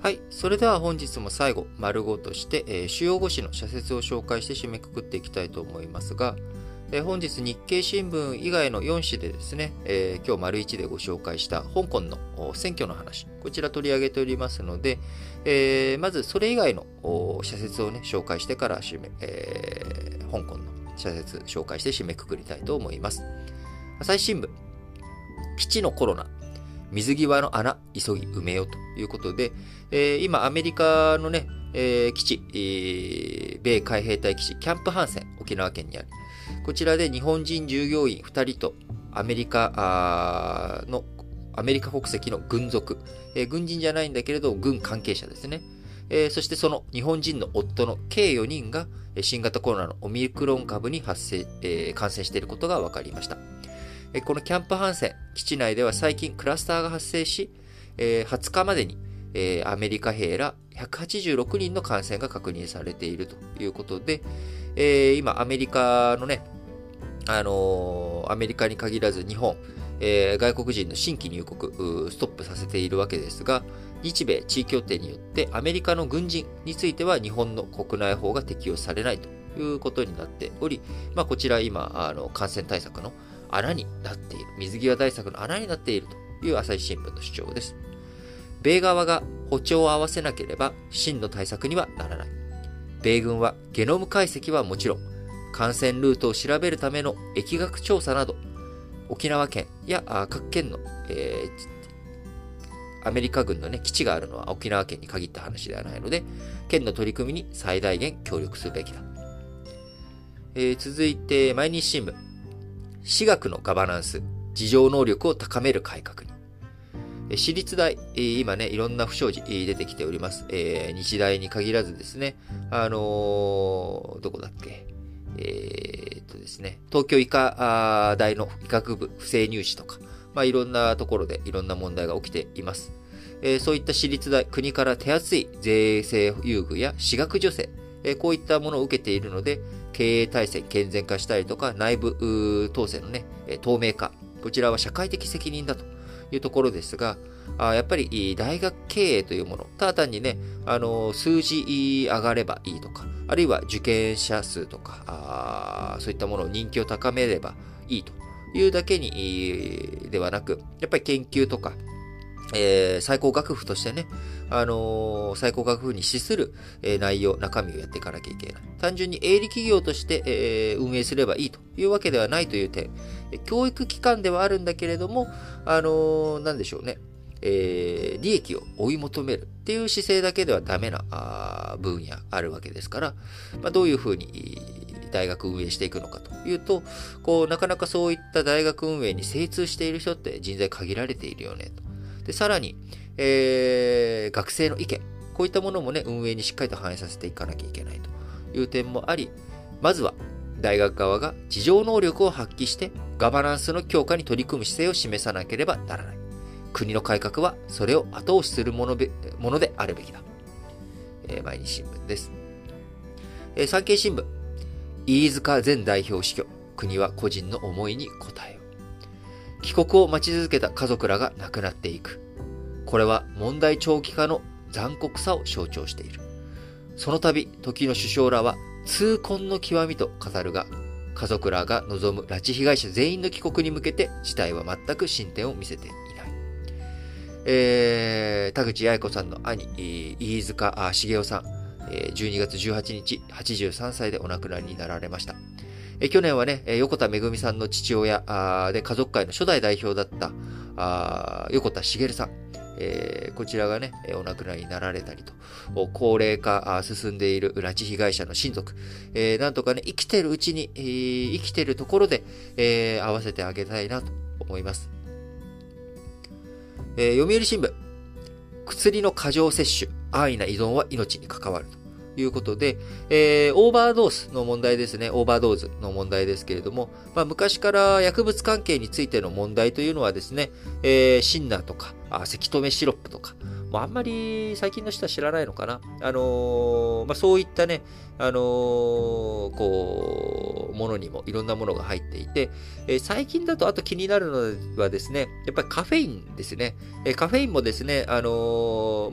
はい。それでは本日も最後、丸ごとして、主要5紙の社説を紹介して締めくくっていきたいと思いますが、本日日経新聞以外の4紙でですね、今日丸1でご紹介した香港の選挙の話、こちら取り上げておりますので、まずそれ以外の社説をね、紹介してから香港の社説紹介して締めくくりたいと思います。朝日新聞、基地のコロナ、水際の穴、急ぎ埋めようということで、今アメリカのね、基地、米海兵隊基地、キャンプハンセン、沖縄県にある。こちらで日本人従業員2人とアメリカ国籍の軍属、軍人じゃないんだけれど軍関係者ですね。そしてその日本人の夫の計4人が新型コロナのオミクロン株に感染していることが分かりました。このキャンプハンセン基地内では最近クラスターが発生し、20日までにアメリカ兵ら186人の感染が確認されているということで、今アメリカのね、アメリカに限らず日本、外国人の新規入国ストップさせているわけですが、日米地位協定によってアメリカの軍人については日本の国内法が適用されないということになっており、こちら今感染対策の穴になっている、水際対策の穴になっているという朝日新聞の主張です。米側が歩調を合わせなければ真の対策にはならない。米軍はゲノム解析はもちろん、感染ルートを調べるための疫学調査など、沖縄県や各県の、アメリカ軍の、ね、基地があるのは沖縄県に限った話ではないので、県の取り組みに最大限協力すべきだ。続いて、毎日新聞。私学のガバナンス、自浄能力を高める改革に。私立大、今ね、いろんな不祥事出てきております。日大に限らずですね、どこだっけ、ですね、東京医科大の医学部不正入試とか、いろんなところでいろんな問題が起きています。そういった私立大、国から手厚い税制優遇や私学助成、こういったものを受けているので、経営体制健全化したりとか、内部統制のね、透明化、こちらは社会的責任だというところですが、やっぱり大学経営というもの、ただ単にね、数字上がればいいとか、あるいは受験者数とか、そういったものを人気を高めればいいというだけに、ではなく、やっぱり研究とか、最高学府としてね、最高学府に資する、内容、中身をやっていかなきゃいけない。単純に営利企業として、運営すればいいというわけではないという点、教育機関ではあるんだけれども、なんでしょうね、利益を追い求めるっていう姿勢だけではダメな分野あるわけですから、どういうふうに大学運営していくのかというと、なかなかそういった大学運営に精通している人って人材限られているよねと。で、さらに、学生の意見、こういったものもね、運営にしっかりと反映させていかなきゃいけないという点もあり、まずは大学側が自浄能力を発揮してガバナンスの強化に取り組む姿勢を示さなければならない。国の改革はそれを後押しするものであるべきだ。毎日新聞です。産経新聞、飯塚前代表死去、国は個人の思いに応えよう。帰国を待ち続けた家族らが亡くなっていく。これは問題長期化の残酷さを象徴している。その度、時の首相らは痛恨の極みと語るが、家族らが望む拉致被害者全員の帰国に向けて事態は全く進展を見せていない。田口八重子さんの兄、飯塚茂雄さん、12月18日、83歳でお亡くなりになられました。去年はね、横田めぐみさんの父親で家族会の初代代表だった横田茂さん、こちらがね、お亡くなりになられたりと、高齢化進んでいる拉致被害者の親族、なんとかね、生きてるうちに、生きてるところで、合わせてあげたいなと思います。読売新聞、薬の過剰摂取、安易な依存は命に関わると。いうことで、オーバードースの問題ですね。オーバードーズの問題ですけれども、昔から薬物関係についての問題というのはですね、シンナーとか、せき止めシロップとか、あんまり最近の人は知らないのかな。そういったね、ものにもいろんなものが入っていて、最近だとあと気になるのはですね、やっぱりカフェインですね。カフェインもですね、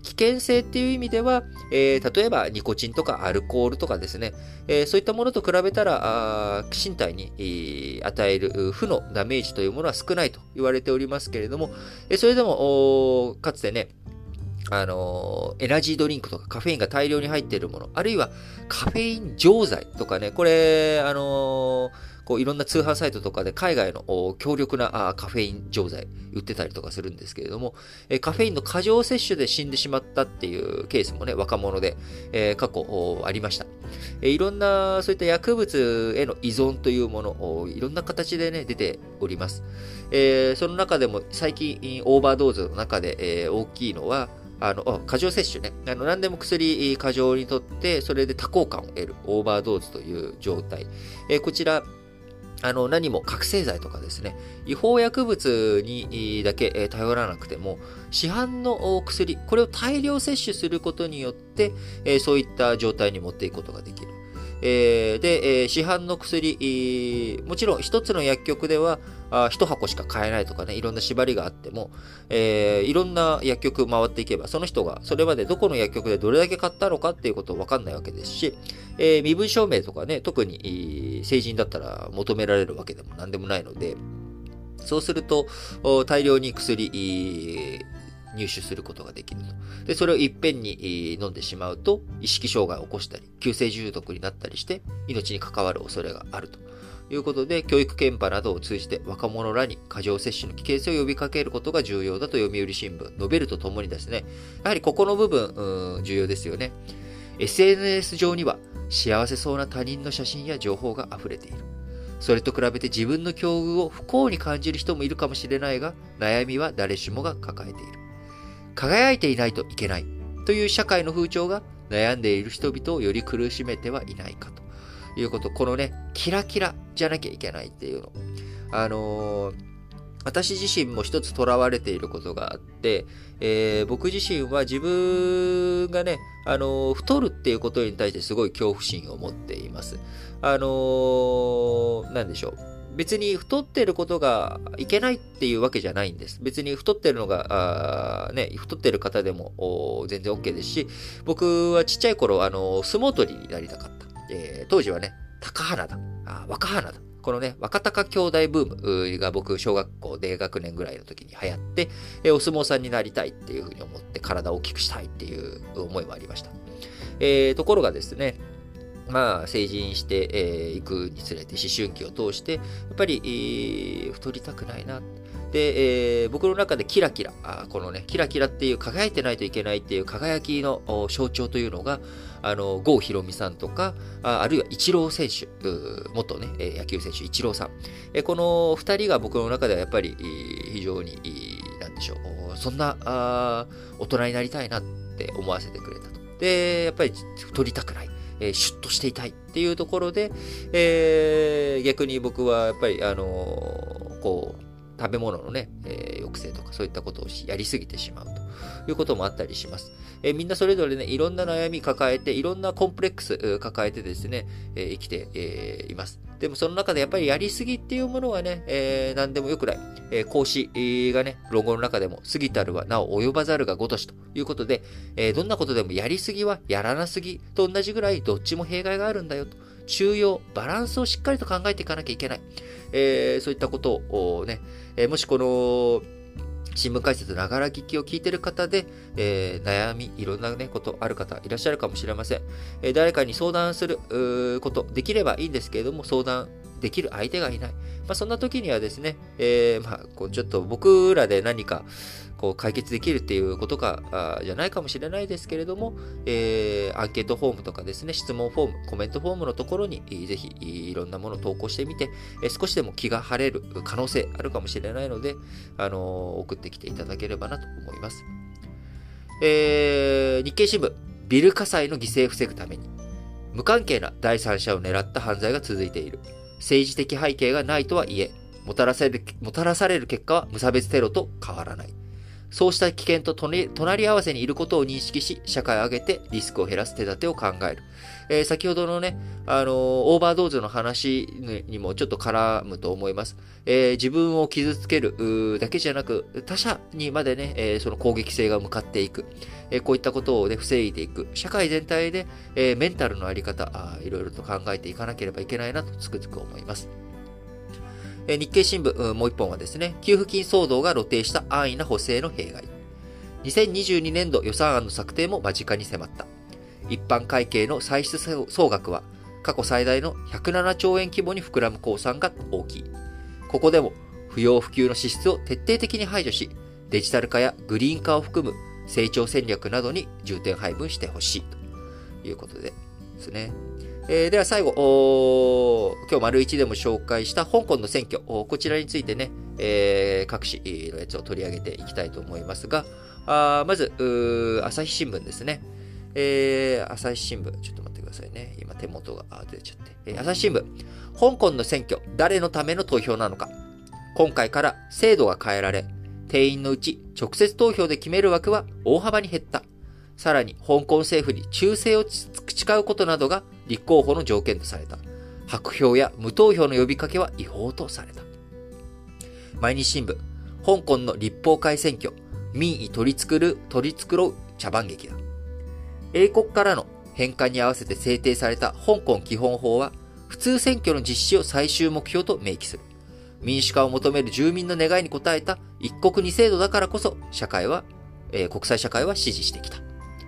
危険性っていう意味では、例えばニコチンとかアルコールとかですね、そういったものと比べたら、身体に与える負のダメージというものは少ないと言われておりますけれども、それでも、かつてね、エナジードリンクとかカフェインが大量に入っているもの、あるいはカフェイン錠剤とかね、これ、こういろんな通販サイトとかで海外の強力なカフェイン錠剤売ってたりとかするんですけれども、カフェインの過剰摂取で死んでしまったっていうケースもね、若者で、過去ありました。いろんなそういった薬物への依存というもの、いろんな形でね、出ております。その中でも最近オーバードーズの中で、大きいのは、過剰摂取ね。何でも薬過剰にとって、それで多幸感を得るオーバードーズという状態。こちら、何も覚醒剤とかですね、違法薬物にだけ頼らなくても、市販の薬、これを大量摂取することによって、そういった状態に持っていくことができる。で、市販の薬、もちろん一つの薬局では一箱しか買えないとかね、いろんな縛りがあっても、いろんな薬局回っていけば、その人がそれまでどこの薬局でどれだけ買ったのかっていうことわかんないわけですし、身分証明とかね、特に成人だったら求められるわけでもなんでもないので、そうすると大量に薬、入手することができると。で、それをいっぺんに飲んでしまうと、意識障害を起こしたり、急性中毒になったりして、命に関わる恐れがあるということで、教育研波などを通じて若者らに過剰摂取の危険性を呼びかけることが重要だと読売新聞、述べるとともにですね、やはりここの部分、重要ですよね。SNS 上には幸せそうな他人の写真や情報が溢れている。それと比べて自分の境遇を不幸に感じる人もいるかもしれないが、悩みは誰しもが抱えている。輝いていないといけないという社会の風潮が悩んでいる人々をより苦しめてはいないかということ。このね、キラキラじゃなきゃいけないっていうの。私自身も一つ囚われていることがあって、僕自身は自分がね、太るっていうことに対してすごい恐怖心を持っています。なんでしょう。別に太ってることがいけないっていうわけじゃないんです。別に太ってるのが、太ってる方でも全然 OK ですし、僕はちっちゃい頃、相撲取りになりたかった。当時はね、高花だ。若花だ。このね、若隆兄弟ブームが僕、小学校低学年ぐらいの時に流行って、お相撲さんになりたいっていうふうに思って体を大きくしたいっていう思いもありました。ところがですね、まあ、成人していくにつれて、思春期を通して、やっぱり、太りたくないな。で、僕の中でキラキラ、このね、キラキラっていう輝いてないといけないっていう輝きの象徴というのが、郷ひろみさんとか、あるいはイチロー選手、元ね、野球選手、イチローさん。この二人が僕の中ではやっぱり、非常に、なんでしょう、そんな、大人になりたいなって思わせてくれたと。で、やっぱり太りたくない。シュッとしていたいっていうところで、逆に僕はやっぱり、こう、食べ物のね、抑制とかそういったことをやりすぎてしまうということもあったりします。みんなそれぞれね、いろんな悩み抱えて、いろんなコンプレックス抱えてですね、生きて、います。でもその中でやっぱりやりすぎっていうものはね、何でもよくない。孔子がね、論語の中でも、過ぎたるはなお及ばざるが如しということで、どんなことでもやりすぎはやらなすぎと同じぐらいどっちも弊害があるんだよと。中庸、バランスをしっかりと考えていかなきゃいけない。そういったことをね、もしこの、新聞解説ながら聞きを聞いている方で、悩み、いろんなね、ことある方いらっしゃるかもしれません。誰かに相談すること、できればいいんですけれども、相談できる相手がいない。まあ、そんな時にはですね、こうちょっと僕らで何か、こう解決できるっていうことかじゃないかもしれないですけれども、アンケートフォームとかですね、質問フォーム、コメントフォームのところにぜひいろんなものを投稿してみて、少しでも気が晴れる可能性あるかもしれないので、送ってきていただければなと思います。日経新聞、ビル火災の犠牲を防ぐために、無関係な第三者を狙った犯罪が続いている。政治的背景がないとはいえ、もたらされる結果は無差別テロと変わらない。 そうした危険と隣り合わせにいることを認識し、社会を挙げてリスクを減らす手立てを考える。先ほどのね、オーバードーズの話にもちょっと絡むと思います。自分を傷つけるだけじゃなく、他者にまでね、その攻撃性が向かっていく。こういったことをね、防いでいく。社会全体で、メンタルのあり方、いろいろと考えていかなければいけないなとつくづく思います。日経新聞、もう一本はですね、給付金騒動が露呈した安易な補正の弊害。2022年度予算案の策定も間近に迫った。一般会計の歳出総額は過去最大の107兆円規模に膨らむ公算が大きい。ここでも不要不急の支出を徹底的に排除し、デジタル化やグリーン化を含む成長戦略などに重点配分してほしいということですね。では最後、今日丸1でも紹介した香港の選挙、こちらについてね、各紙のやつを取り上げていきたいと思いますが、まず、朝日新聞ですね。朝日新聞、ちょっと待ってくださいね。今手元が出ちゃって。朝日新聞、香港の選挙、誰のための投票なのか。今回から制度が変えられ、定員のうち直接投票で決める枠は大幅に減った。さらに香港政府に忠誠を誓うことなどが立候補の条件とされた。白票や無投票の呼びかけは違法とされた。毎日新聞、香港の立法会選挙、民意取り繕う茶番劇だ。英国からの返還に合わせて制定された香港基本法は、普通選挙の実施を最終目標と明記する。民主化を求める住民の願いに応えた一国二制度だからこそ、国際社会は支持してきた。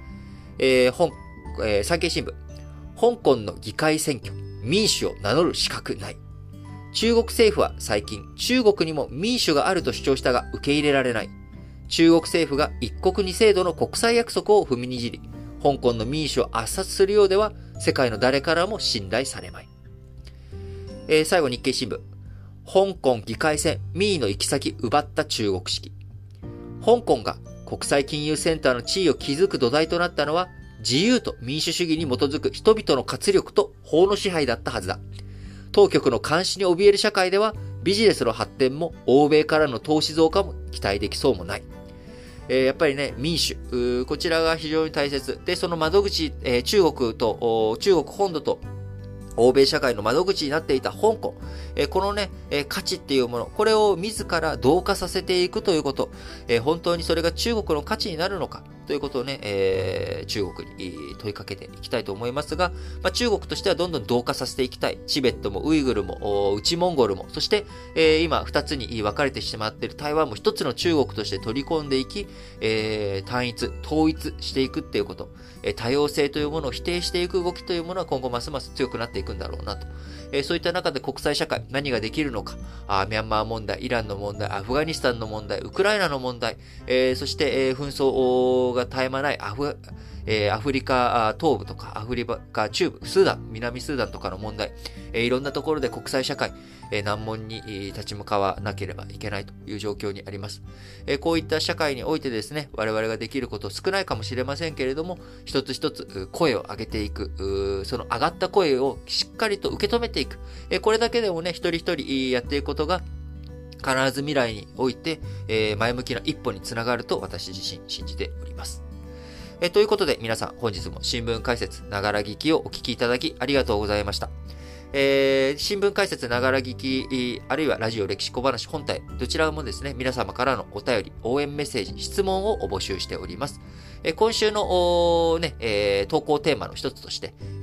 産経新聞、香港の議会選挙、民主を名乗る資格ない。中国政府は最近、中国にも民主があると主張したが受け入れられない。中国政府が一国二制度の国際約束を踏みにじり、香港の民主を圧殺するようでは、世界の誰からも信頼されまい。最後日経新聞、香港議会選、民意の行き先奪った中国式。香港が国際金融センターの地位を築く土台となったのは、自由と民主主義に基づく人々の活力と法の支配だったはずだ。当局の監視に怯える社会では、ビジネスの発展も欧米からの投資増加も期待できそうもない。やっぱりね、民主、こちらが非常に大切。で、その窓口、中国本土と欧米社会の窓口になっていた香港、このね、価値っていうもの、これを自ら同化させていくということ、本当にそれが中国の価値になるのかということをね、中国に問いかけていきたいと思いますが、中国としてはどんどん同化させていきたい。チベットもウイグルも内モンゴルも、そして、今二つに分かれてしまっている台湾も一つの中国として取り込んでいき、統一していくっていうこと、多様性というものを否定していく動きというものは今後ますます強くなっていくんだろうなと。そういった中で国際社会何ができるのか、ミャンマー問題、イランの問題、アフガニスタンの問題、ウクライナの問題、そして、紛争が絶え間ないアフリカ東部とかアフリカ中部、スーダン、南スーダンとかの問題、いろんなところで国際社会、難問に立ち向かわなければいけないという状況にあります。こういった社会においてですね、我々ができること少ないかもしれませんけれども、一つ一つ声を上げていく、その上がった声をしっかりと受け止めていく。これだけでもね、一人一人やっていくことが、必ず未来において、前向きな一歩につながると私自身信じております。ということで皆さん本日も新聞解説ながら聞きをお聞きいただきありがとうございました。新聞解説ながら聞き、あるいはラジオ歴史小話本体、どちらもですね、皆様からのお便り、応援メッセージ、質問を募集しております。今週の投稿テーマの一つとして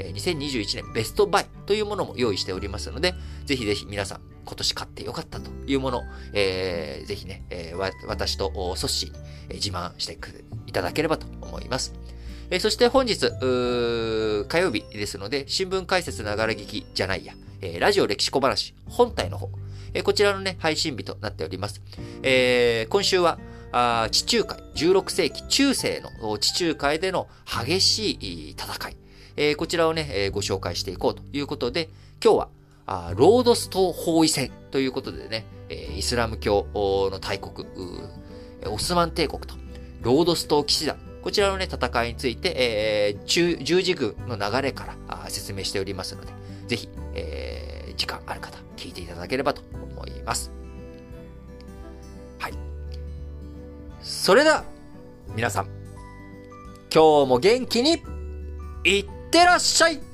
、2021年ベストバイというものも用意しておりますので、ぜひぜひ皆さん、今年買ってよかったというもの、ぜひね、私とソッシーに自慢していただければと思います。そして本日、火曜日ですので、新聞解説ながら聞きじゃないや、ラジオ歴史小話本体の方、こちらのね、配信日となっております。今週は、地中海、16世紀中世の地中海での激しい戦い、こちらをね、ご紹介していこうということで、今日は、ロードス島包囲戦ということでね、イスラム教の大国、オスマン帝国とロードス島騎士団、こちらのね、戦いについて、十字軍の流れから説明しておりますので、ぜひ、時間ある方、聞いていただければと思います。はい。 それでは、皆さん、今日も元気に、いってらっしゃい。